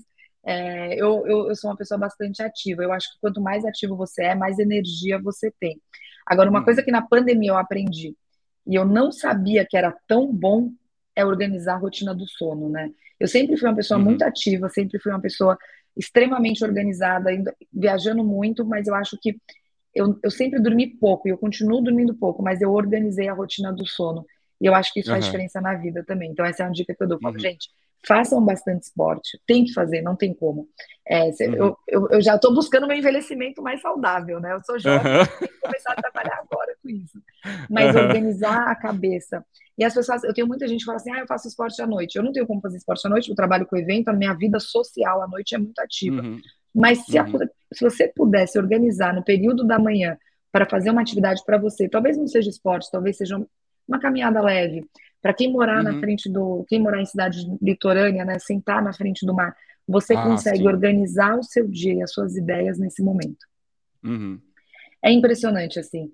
Eu sou uma pessoa bastante ativa. Eu acho que quanto mais ativo você é, mais energia você tem. Agora, uma coisa que na pandemia eu aprendi, e eu não sabia que era tão bom, é organizar a rotina do sono, né? Eu sempre fui uma pessoa muito ativa, sempre fui uma pessoa extremamente organizada, viajando muito, mas eu acho que eu sempre dormi pouco, e eu continuo dormindo pouco, mas eu organizei a rotina do sono. E eu acho que isso faz diferença na vida também. Então, essa é uma dica que eu dou. Eu falo, gente, façam bastante esporte. Tem que fazer, não tem como. Eu já estou buscando meu envelhecimento mais saudável, né? Eu sou jovem, tenho que começar a trabalhar agora com isso. Mas organizar a cabeça. E as pessoas, eu tenho muita gente que fala assim, eu faço esporte à noite. Eu não tenho como fazer esporte à noite, eu trabalho com evento, a minha vida social à noite é muito ativa. Mas se você pudesse organizar no período da manhã para fazer uma atividade para você, talvez não seja esporte, talvez seja uma caminhada leve. Para quem morar quem morar em cidade litorânea, né, sentar na frente do mar, você consegue organizar o seu dia e as suas ideias nesse momento. É impressionante, assim.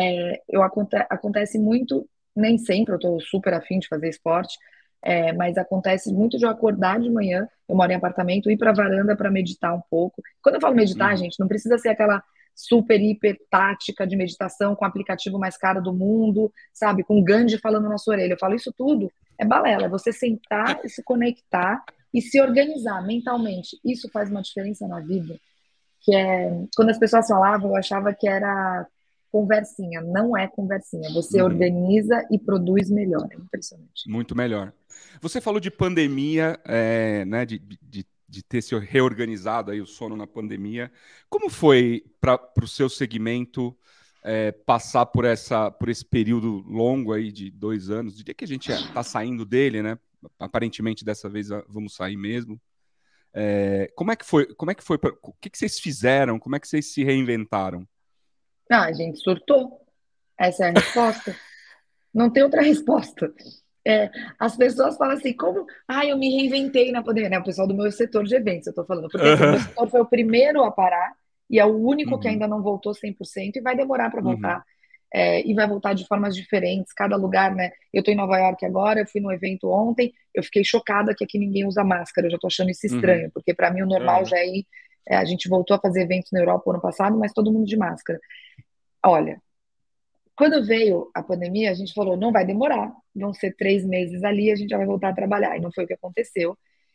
Acontece muito, nem sempre, eu estou super afim de fazer esporte, mas acontece muito de eu acordar de manhã, eu moro em apartamento, ir para a varanda para meditar um pouco. Quando eu falo meditar, gente, não precisa ser aquela super, hiper tática de meditação com o aplicativo mais caro do mundo, sabe? Com o Gandhi falando na sua orelha. Eu falo, isso tudo é balela, é você sentar e se conectar e se organizar mentalmente. Isso faz uma diferença na vida, quando as pessoas falavam, eu achava que era conversinha. Não é conversinha. Você organiza e produz melhor. É impressionante. Muito melhor. Você falou de pandemia, né, de ter se reorganizado aí o sono na pandemia. Como foi para o seu segmento passar por esse período longo aí de 2 anos? Diria que a gente está saindo dele, né? Aparentemente dessa vez vamos sair mesmo. Como é que foi? O que vocês fizeram? Como é que vocês se reinventaram? A gente surtou. Essa é a resposta. Não tem outra resposta. As pessoas falam assim, como? Eu me reinventei na pandemia. Né? O pessoal do meu setor de eventos, eu estou falando. Porque assim, o meu setor foi o primeiro a parar e é o único que ainda não voltou 100% e vai demorar para voltar. E vai voltar de formas diferentes, cada lugar, né? Eu estou em Nova York agora, eu fui num evento ontem, eu fiquei chocada que aqui ninguém usa máscara, eu já estou achando isso estranho, porque para mim o normal já é a gente voltou a fazer eventos na Europa ano passado, mas todo mundo de máscara. Olha, quando veio a pandemia, a gente falou, não vai demorar, vão ser 3 meses ali, a gente já vai voltar a trabalhar, e não foi o que aconteceu.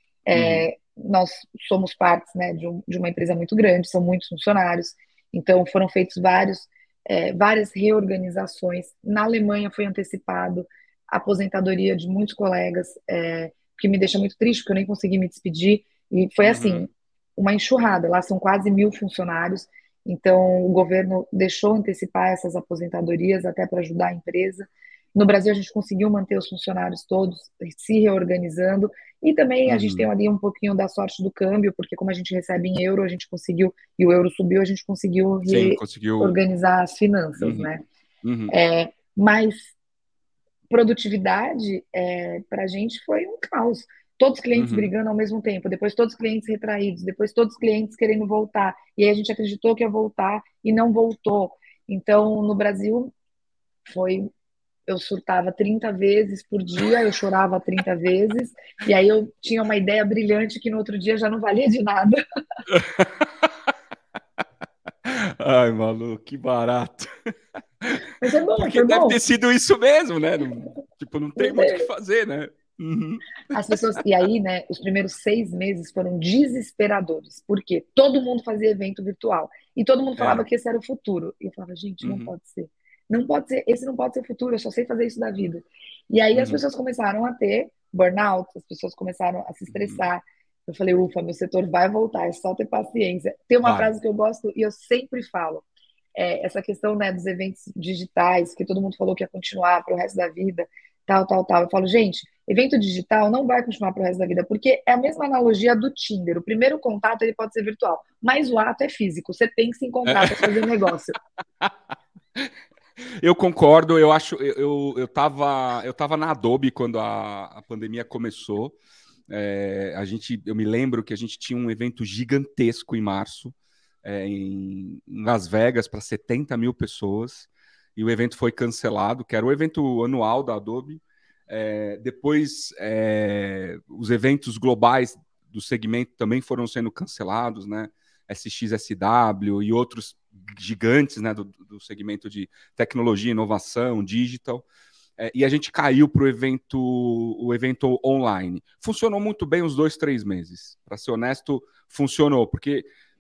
Nós somos partes, né, de uma empresa muito grande, são muitos funcionários, então foram feitos várias reorganizações. Na Alemanha foi antecipado, aposentadoria de muitos colegas, que me deixa muito triste, porque eu nem consegui me despedir. E foi assim, uma enxurrada. Lá são quase 1.000 funcionários. Então, o governo deixou antecipar essas aposentadorias até para ajudar a empresa. No Brasil, a gente conseguiu manter os funcionários todos se reorganizando. E também a gente tem ali um pouquinho da sorte do câmbio, porque como a gente recebe em euro, a gente conseguiu, e o euro subiu, a gente conseguiu Sim, conseguiu. reorganizar as finanças, né? Mas produtividade, para a gente foi um caos. Todos os clientes brigando ao mesmo tempo, depois todos os clientes retraídos, depois todos os clientes querendo voltar. E aí a gente acreditou que ia voltar e não voltou. Então, no Brasil, eu surtava 30 vezes por dia, eu chorava 30 vezes, e aí eu tinha uma ideia brilhante que no outro dia já não valia de nada. Ai, Malu, que barato. Mas foi bom, Porque foi deve bom. ter sido isso mesmo, né? Tipo, não tem Não muito o que sei. fazer, né? As pessoas, e aí, né, os primeiros 6 meses foram desesperadores, porque todo mundo fazia evento virtual e todo mundo falava que esse era o futuro. E eu falava, gente, não pode ser. Não pode ser, esse não pode ser o futuro, eu só sei fazer isso da vida. E aí as pessoas começaram a ter burnout, as pessoas começaram a se estressar. Eu falei, ufa, meu setor vai voltar, é só ter paciência. Tem uma Vai. frase que eu gosto e eu sempre falo, essa questão, né, dos eventos digitais, que todo mundo falou que ia continuar para o resto da vida, tal, tal, tal. Eu falo, gente, evento digital não vai continuar para o resto da vida, porque é a mesma analogia do Tinder. O primeiro contato ele pode ser virtual, mas o ato é físico. Você tem que se encontrar para fazer negócio. Eu concordo, eu acho, eu tava na Adobe quando a pandemia começou. Eu me lembro que a gente tinha um evento gigantesco em março, em Las Vegas, para 70 mil pessoas, e o evento foi cancelado, que era o evento anual da Adobe. Depois, os eventos globais do segmento também foram sendo cancelados, né? SXSW e outros gigantes, né, do segmento de tecnologia, inovação, digital. E a gente caiu para o evento online. Funcionou muito bem os 2, 3 meses. Para ser honesto, funcionou, porque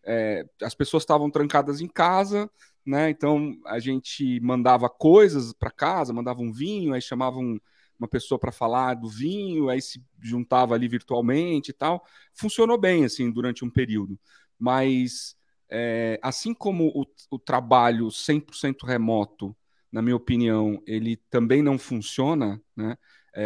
as pessoas estavam trancadas em casa, né? Então a gente mandava coisas para casa, mandava um vinho, aí chamava uma pessoa para falar do vinho, aí se juntava ali virtualmente e tal. Funcionou bem, assim, durante um período. Mas, assim como o trabalho 100% remoto, na minha opinião, ele também não funciona, né?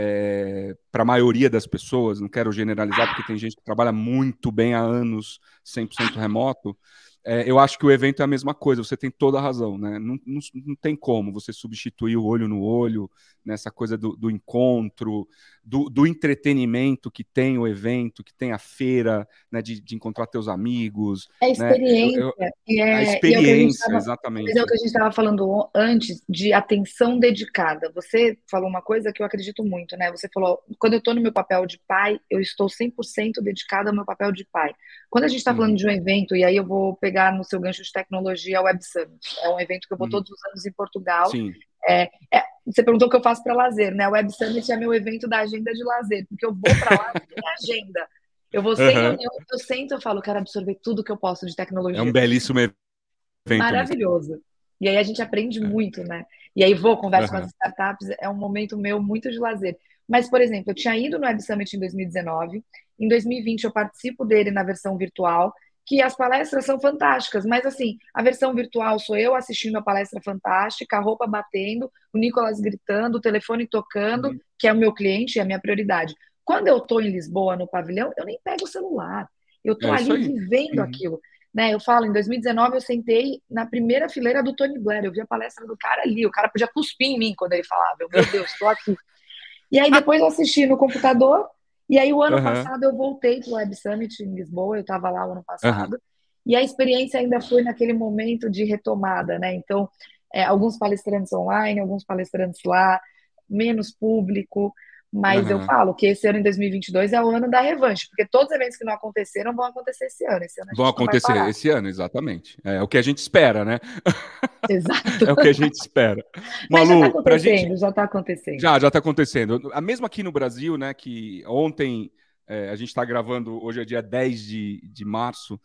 Para a maioria das pessoas, não quero generalizar, porque tem gente que trabalha muito bem há anos 100% remoto. Eu acho que o evento é a mesma coisa, você tem toda a razão, né? Não tem como você substituir o olho no olho, nessa coisa do encontro, do entretenimento que tem o evento, que tem a feira, né? De encontrar teus amigos, É né? experiência, A e é o que a gente experiência, estava. Mas é o exatamente. que a gente estava falando antes de atenção dedicada. Você falou uma coisa que eu acredito muito, né? Você falou, quando eu estou no meu papel de pai, eu estou 100% dedicada ao meu papel de pai. Quando a gente está falando de um evento, e aí eu vou pegar no seu gancho de tecnologia a Web Summit. É um evento que eu vou todos os anos em Portugal. Sim. Você perguntou o que eu faço para lazer, né? O Web Summit é meu evento da agenda de lazer, porque eu vou para lá sem agenda. Eu vou sem reunião, eu sento, eu falo, quero absorver tudo que eu posso de É um tecnologia. belíssimo evento mesmo. Maravilhoso. E aí a gente aprende muito, né? E aí converso com as startups, é um momento meu muito de lazer. Mas, por exemplo, eu tinha ido no Web Summit em 2019, em 2020 eu participo dele na versão virtual, que as palestras são fantásticas, mas assim, a versão virtual sou eu assistindo a palestra fantástica, a roupa batendo, o Nicolas gritando, o telefone tocando, que é o meu cliente e a minha prioridade. Quando eu estou em Lisboa, no pavilhão, eu nem pego o celular. Eu estou Isso ali aí. vivendo aquilo. Né, eu falo, em 2019 eu sentei na primeira fileira do Tony Blair, eu vi a palestra do cara ali, o cara podia cuspir em mim quando ele falava, meu Deus, estou aqui. E aí depois eu assisti no computador, e aí o ano passado eu voltei para o Web Summit em Lisboa, eu estava lá o ano passado, e a experiência ainda foi naquele momento de retomada, né? Então, alguns palestrantes online, alguns palestrantes lá, menos público, mas eu falo que esse ano, em 2022, é o ano da revanche, porque todos os eventos que não aconteceram vão acontecer esse ano. Esse ano a Vão gente não vai acontecer parar. esse ano, exatamente. É o que a gente espera, né? Exato. É o que a gente espera. Mas já está Malu, pra gente. acontecendo, já está acontecendo. Já está acontecendo. A mesma aqui no Brasil, né? Que ontem, a gente está gravando, hoje é dia 10 de março.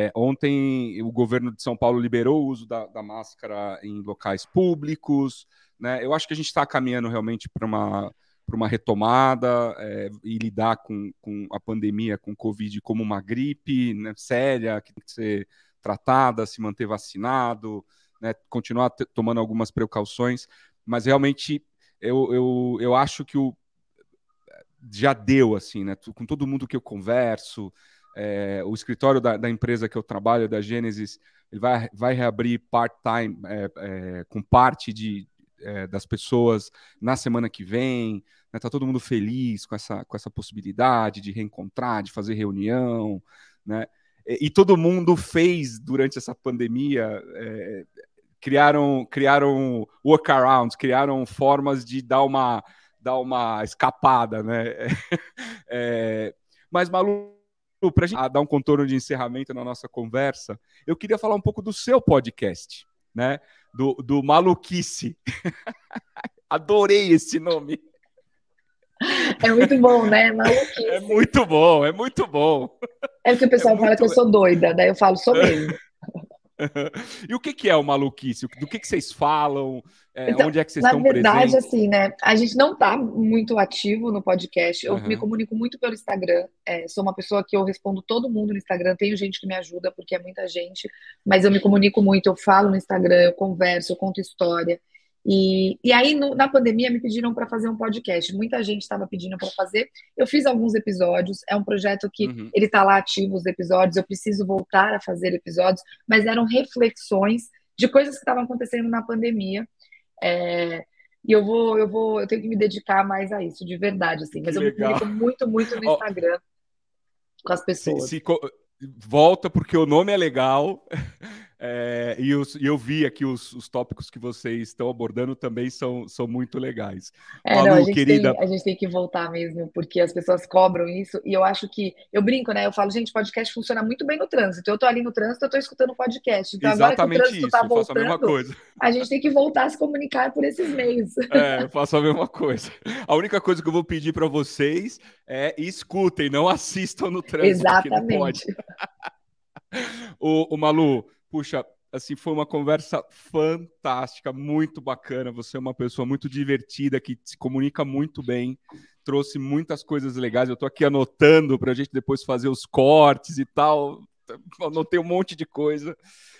Ontem o governo de São Paulo liberou o uso da máscara em locais públicos, né? Eu acho que a gente está caminhando realmente para uma retomada e lidar com a pandemia, com o Covid, como uma gripe, né, séria, que tem que ser tratada, se manter vacinado, né, continuar tomando algumas precauções, mas realmente eu acho que já deu, assim, né? Com todo mundo que eu converso, o escritório da empresa que eu trabalho, da Gênesis, ele vai reabrir part-time, com parte das pessoas na semana que vem, né? Tá todo mundo feliz com essa possibilidade de reencontrar, de fazer reunião, né? E todo mundo fez, durante essa pandemia, criaram workarounds, criaram formas de dar uma escapada, né? Mas, Malu, para a gente dar um contorno de encerramento na nossa conversa, eu queria falar um pouco do seu podcast, né? Do Maluquice. Adorei esse nome. É muito bom, né? Maluquice. É muito bom, é muito bom. É porque o pessoal fala que eu sou doida, daí eu falo, sou mesmo. E o que é o Maluquice? Do que vocês falam? Então, Onde é que vocês na estão verdade, presentes? assim, né? A gente não tá muito ativo no podcast. Eu me Uhum. comunico muito pelo Instagram. Sou uma pessoa que eu respondo todo mundo no Instagram. Tenho gente que me ajuda, porque é muita gente, mas eu me comunico muito. Eu falo no Instagram, eu converso, eu conto história. E aí, na pandemia, me pediram para fazer um podcast. Muita gente estava pedindo para fazer. Eu fiz alguns episódios. É um projeto que Uhum. ele está lá ativo, os episódios. Eu preciso voltar a fazer episódios, mas eram reflexões de coisas que estavam acontecendo na pandemia. E eu tenho que me dedicar mais a isso, de verdade, assim. Mas Que eu me legal. comunico muito, muito no Ó, Instagram com as pessoas. volta porque o nome é legal. E eu vi aqui os tópicos que vocês estão abordando também são muito legais. Não, Malu, querida. a gente tem que voltar mesmo, porque as pessoas cobram isso, e eu acho que, eu brinco, né? Eu falo, gente, podcast funciona muito bem no trânsito. Eu tô ali no trânsito, eu tô escutando podcast. Então, agora que o Exatamente trânsito tá isso, eu faço a mesma voltando, coisa. a gente tem que voltar a se comunicar por esses meios. Eu faço a mesma coisa. A única coisa que eu vou pedir para vocês é escutem, não assistam no trânsito, porque não pode. Exatamente. O Malu, puxa, assim, foi uma conversa fantástica, muito bacana. Você é uma pessoa muito divertida, que se comunica muito bem, trouxe muitas coisas legais. Eu estou aqui anotando para a gente depois fazer os cortes e tal. Anotei um monte de coisa.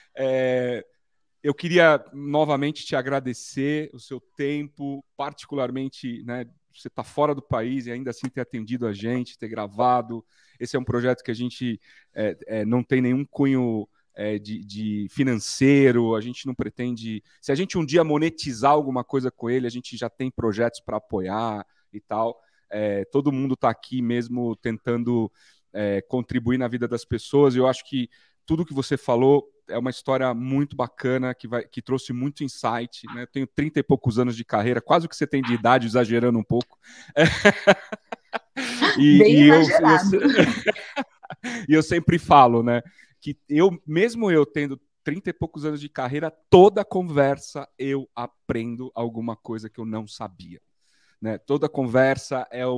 Eu queria novamente te agradecer o seu tempo, particularmente, né? Você está fora do país e ainda assim ter atendido a gente, ter gravado. Esse é um projeto que a gente não tem nenhum cunho de financeiro, a gente não pretende. Se a gente um dia monetizar alguma coisa com ele, a gente já tem projetos para apoiar e tal. Todo mundo está aqui mesmo tentando contribuir na vida das pessoas. Eu acho que tudo que você falou é uma história muito bacana, que trouxe muito insight, né? Eu tenho 30 e poucos anos de carreira, quase o que você tem de idade, exagerando um pouco. Bem exagerado. E eu sempre falo, né, que mesmo eu tendo 30 e poucos anos de carreira, toda conversa eu aprendo alguma coisa que eu não sabia, né? Toda conversa é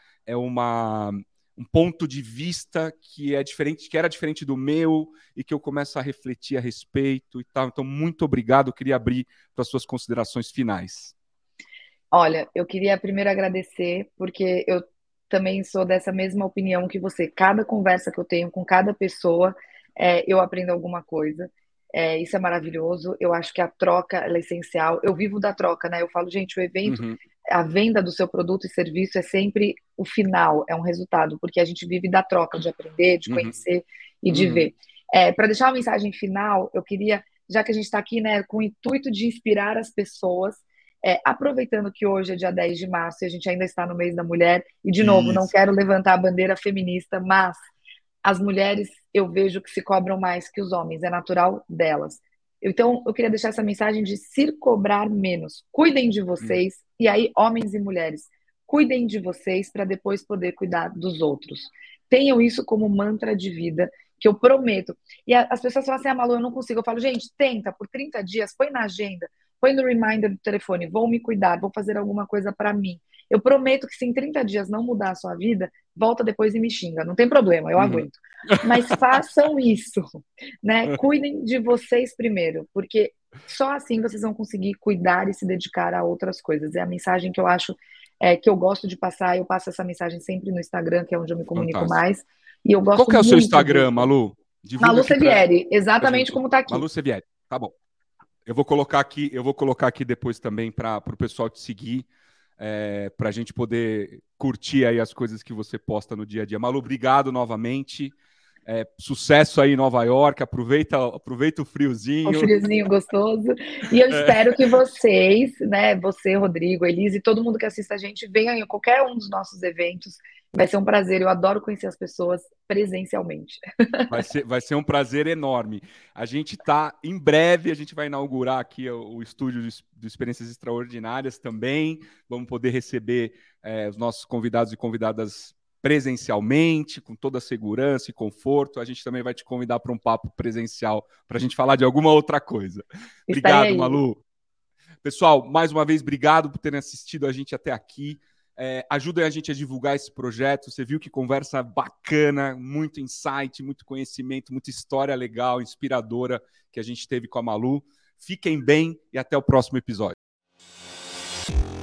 um ponto de vista que era diferente do meu e que eu começo a refletir a respeito e tal. Então, muito obrigado. Eu queria abrir para as suas considerações finais. Olha, eu queria primeiro agradecer, porque eu também sou dessa mesma opinião que você. Cada conversa que eu tenho com cada pessoa, eu aprendo alguma coisa. Isso é maravilhoso. Eu acho que a troca ela é essencial. Eu vivo da troca, né? Eu falo, gente, o evento, a venda do seu produto e serviço é sempre o final, é um resultado, porque a gente vive da troca, de aprender, de conhecer e de ver. Para deixar uma mensagem final, eu queria, já que a gente está aqui, né, com o intuito de inspirar as pessoas, aproveitando que hoje é dia 10 de março e a gente ainda está no mês da mulher, e de novo, não quero levantar a bandeira feminista, mas as mulheres eu vejo que se cobram mais que os homens, é natural delas. Então, eu queria deixar essa mensagem de se cobrar menos. Cuidem de vocês, e aí, homens e mulheres, cuidem de vocês para depois poder cuidar dos outros. Tenham isso como mantra de vida, que eu prometo. E as pessoas falam assim, Malu, eu não consigo. Eu falo, gente, tenta, por 30 dias, põe na agenda, põe no reminder do telefone, vou me cuidar, vou fazer alguma coisa para mim. Eu prometo que se em 30 dias não mudar a sua vida, volta depois e me xinga. Não tem problema, eu aguento. Mas façam isso, né? Cuidem de vocês primeiro, porque Só assim vocês vão conseguir cuidar e se dedicar a outras coisas. É a mensagem que eu acho que eu gosto de passar. Eu passo essa mensagem sempre no Instagram, que é onde eu me comunico Fantástico. mais. E eu Qual gosto que é o seu muito Instagram, disso. Malu? Divulga Malu aqui pra Sevieri, exatamente gente. como tá aqui. Malu Sevieri, tá bom. Eu vou colocar aqui depois também para o pessoal te seguir, para a gente poder curtir aí as coisas que você posta no dia a dia. Malu, obrigado novamente. Sucesso aí em Nova York. Aproveita o Um friozinho. friozinho gostoso. E eu espero que vocês, né, você, Rodrigo, Elise, todo mundo que assista a gente, venham em qualquer um dos nossos eventos. Vai ser um prazer. Eu adoro conhecer as pessoas presencialmente. Vai ser um prazer enorme. A gente está, em breve, a gente vai inaugurar aqui o estúdio do Experiências Extraordinárias também. Vamos poder receber os nossos convidados e convidadas presencialmente, com toda a segurança e conforto. A gente também vai te convidar para um papo presencial, para a gente falar de alguma outra coisa. Estarei Obrigado, aí. Malu. Pessoal, mais uma vez, obrigado por terem assistido a gente até aqui. Ajudem a gente a divulgar esse projeto. Você viu que conversa bacana, muito insight, muito conhecimento, muita história legal, inspiradora que a gente teve com a Malu. Fiquem bem e até o próximo episódio.